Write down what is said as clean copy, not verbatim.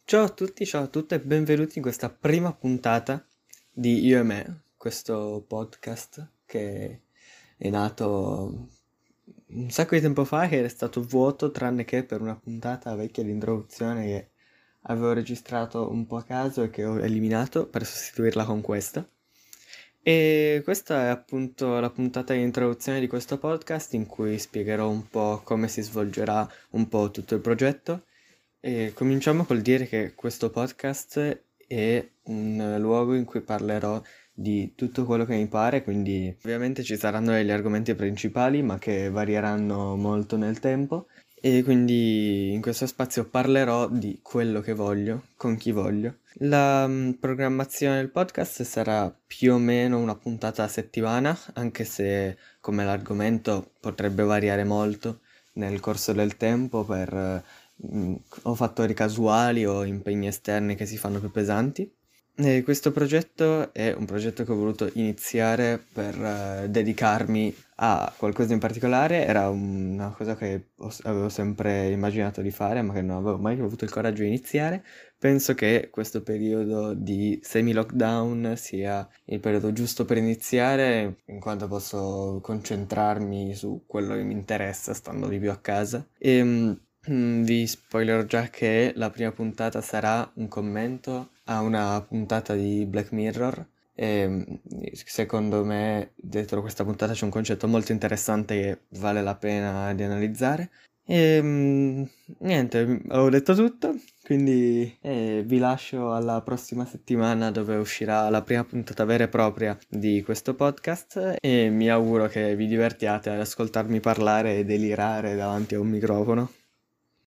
Ciao a tutti, ciao a tutte e benvenuti in questa prima puntata di Io e Me, questo podcast che è nato un sacco di tempo fa, che è stato vuoto tranne che per una puntata vecchia di introduzione che avevo registrato un po' a caso e che ho eliminato per sostituirla con questa. E questa è appunto la puntata di introduzione di questo podcast in cui spiegherò un po' come si svolgerà un po' tutto il progetto. E cominciamo col dire che questo podcast è un luogo in cui parlerò di tutto quello che mi pare, quindi ovviamente ci saranno degli argomenti principali, ma che varieranno molto nel tempo. E quindi in questo spazio parlerò di quello che voglio, con chi voglio. La programmazione del podcast sarà più o meno una puntata a settimana, anche se come l'argomento potrebbe variare molto nel corso del tempo per o fattori casuali o impegni esterni che si fanno più pesanti. E questo progetto è un progetto che ho voluto iniziare per dedicarmi a qualcosa in particolare. Era una cosa che avevo sempre immaginato di fare, ma che non avevo mai avuto il coraggio di iniziare. Penso che questo periodo di semi-lockdown sia il periodo giusto per iniziare, in quanto posso concentrarmi su quello che mi interessa, stando di più a casa. Vi spoilerò già che la prima puntata sarà un commento a una puntata di Black Mirror. Secondo me dietro questa puntata c'è un concetto molto interessante che vale la pena di analizzare. Niente, ho detto tutto, quindi vi lascio alla prossima settimana dove uscirà la prima puntata vera e propria di questo podcast e mi auguro che vi divertiate ad ascoltarmi parlare e delirare davanti a un microfono.